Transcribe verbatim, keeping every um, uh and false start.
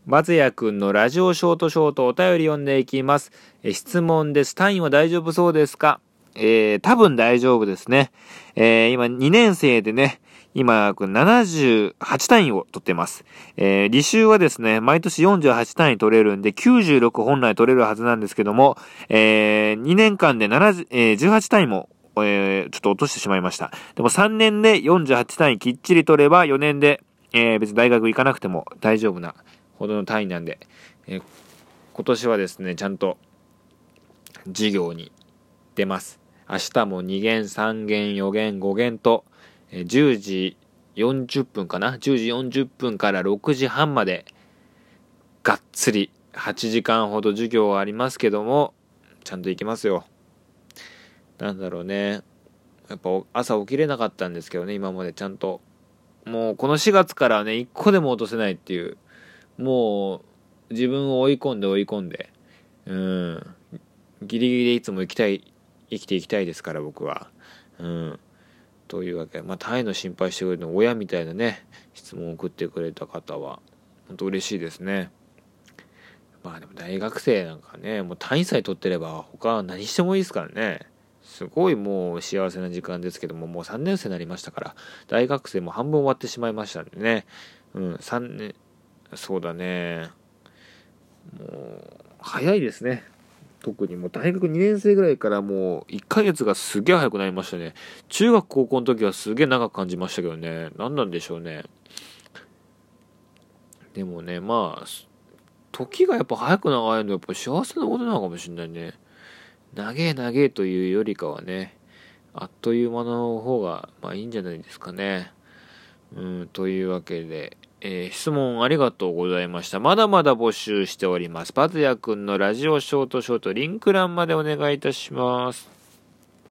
バズヤくんのラジオショートショートお便り読んでいきます。え質問です。単位は大丈夫そうですか？えー、多分大丈夫ですね。えー、今にねん生でね、今ななじゅうはち単位を取ってます。えー、履修はですね、毎年よんじゅうはち単位取れるんで、きゅうじゅうろく本来取れるはずなんですけども、えー、にねんかんでななじゅう、えー、じゅうはち単位も、えー、ちょっと落としてしまいました。でもさんねんでよんじゅうはち単位きっちり取れば、よねんで、えー、別に大学行かなくても大丈夫なほどの単位なんで、えー、今年はですね、ちゃんと授業に出ます。明日もに限、さん限、よ限、ご限と、えー、じゅうじよんじゅっぷんかな、じゅうじよんじゅっぷんからろくじはんまでがっつりはちじかんほど授業はありますけども、ちゃんと行きますよ。なんだろうね、やっぱ朝起きれなかったんですけどね、今までちゃんと。もうこのしがつからね、一個でも落とせないっていう、もう自分を追い込んで追い込んで、うん、ギリギリでいつも生きたい生きていきたいですから僕は。うん。というわけで、まあ単位の心配してくれるの親みたいなね質問を送ってくれた方は本当嬉しいですね。まあでも大学生なんかね、もう単位さえ取ってれば他は何してもいいですからね。すごいもう幸せな時間ですけども、もうさんねん生になりましたから、大学生も半分終わってしまいましたんでね。うん、さんねん、そうだね。もう早いですね。特にもう大学にねん生ぐらいからもういっかげつがすげえ早くなりましたね。中学高校の時はすげえ長く感じましたけどね。何なんでしょうね。でもね、まあ時がやっぱ早く流れるのやっぱ幸せなことなのかもしれないね。長え長えというよりかはね、あっという間の方がまあいいんじゃないですかね。うん、というわけで、えー、質問ありがとうございました。まだまだ募集しております。パズヤくんのラジオショートショートリンク欄までお願いいたします。